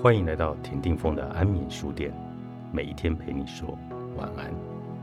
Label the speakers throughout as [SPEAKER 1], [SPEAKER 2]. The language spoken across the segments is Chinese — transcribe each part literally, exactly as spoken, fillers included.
[SPEAKER 1] 欢迎来到田定峰的安眠书店，每一天陪你说晚安。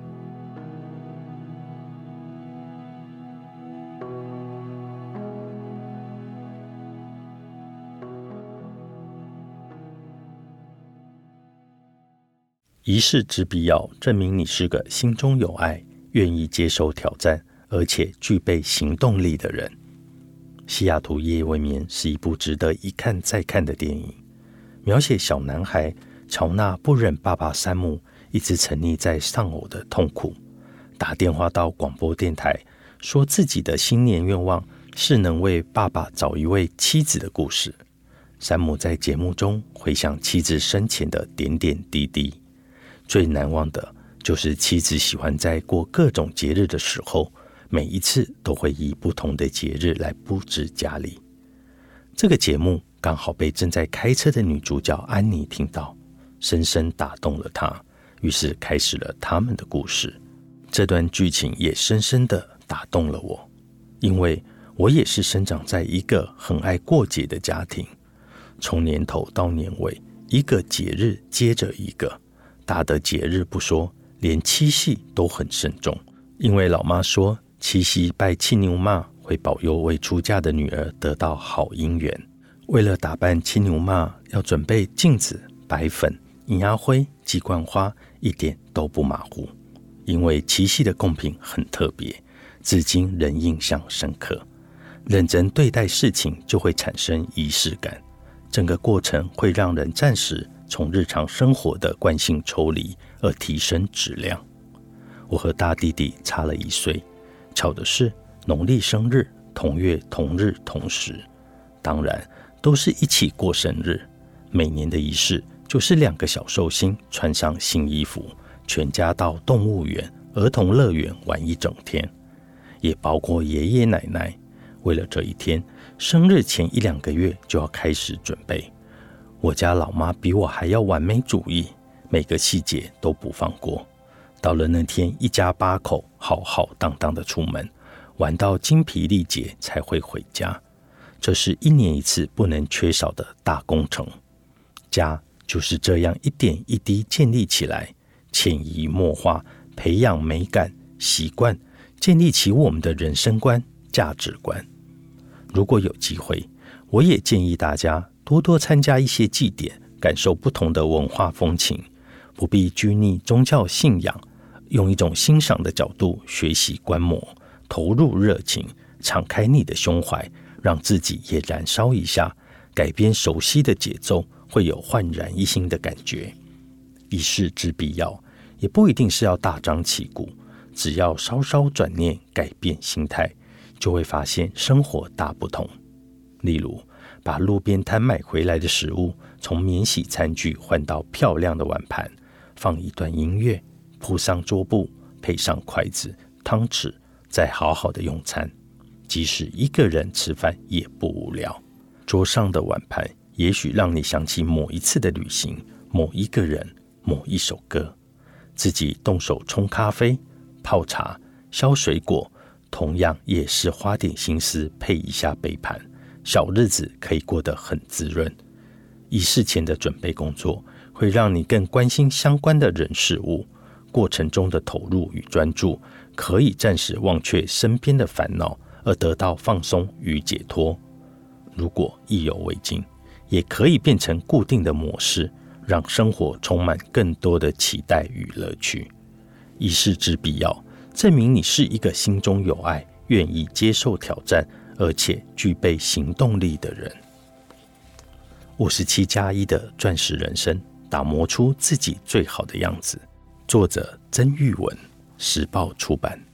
[SPEAKER 1] 仪式之必要，证明你是个心中有爱、愿意接受挑战，而且具备行动力的人。西雅图夜夜未眠是一部值得一看再看的电影，描写小男孩乔纳不忍爸爸山姆一直沉溺在丧偶的痛苦，打电话到广播电台，说自己的新年愿望是能为爸爸找一位妻子的故事。山姆在节目中回想妻子生前的点点滴滴，最难忘的就是妻子喜欢在过各种节日的时候，每一次都会以不同的节日来布置家里。这个节目刚好被正在开车的女主角安妮听到，深深打动了她，于是开始了他们的故事。这段剧情也深深地打动了我，因为我也是生长在一个很爱过节的家庭，从年头到年尾，一个节日接着一个，大的节日不说，连七夕都很慎重，因为老妈说七夕拜七牛妈会保佑未出嫁的女儿得到好姻缘。为了打扮七牛妈，要准备镜子、白粉、银牙灰、鸡冠花，一点都不马虎。因为七夕的贡品很特别，至今仍印象深刻。认真对待事情就会产生仪式感，整个过程会让人暂时从日常生活的惯性抽离，而提升质量。我和大弟弟差了一岁，巧的是农历生日同月同日同时，当然都是一起过生日。每年的仪式就是两个小寿星穿上新衣服，全家到动物园、儿童乐园玩一整天，也包括爷爷奶奶。为了这一天，生日前一两个月就要开始准备。我家老妈比我还要完美主义，每个细节都不放过。到了那天，一家八口浩浩荡荡的出门，玩到精疲力竭才会回家。这是一年一次不能缺少的大工程。家就是这样一点一滴建立起来，潜移默化，培养美感、习惯，建立起我们的人生观、价值观。如果有机会，我也建议大家多多参加一些祭典，感受不同的文化风情，不必拘泥宗教信仰，用一种欣赏的角度学习观摩，投入热情，敞开你的胸怀，让自己也燃烧一下，改变熟悉的节奏，会有焕然一新的感觉。仪式之必要，也不一定是要大张旗鼓，只要稍稍转念，改变心态，就会发现生活大不同。例如，把路边摊买回来的食物从免洗餐具换到漂亮的碗盘，放一段音乐，铺上桌布，配上筷子、汤匙，再好好的用餐。即使一个人吃饭也不无聊。桌上的碗盘也许让你想起某一次的旅行、某一个人、某一首歌。自己动手冲咖啡、泡茶、削水果，同样也是花点心思配一下杯盘，小日子可以过得很滋润。仪式前的准备工作会让你更关心相关的人事物，过程中的投入与专注可以暂时忘却身边的烦恼，而得到放松与解脱。如果意犹未尽，也可以变成固定的模式，让生活充满更多的期待与乐趣。仪式之必要，证明你是一个心中有爱、愿意接受挑战，而且具备行动力的人。五十七加一的钻石人生，打磨出自己最好的样子。作者曾玉文，时报出版。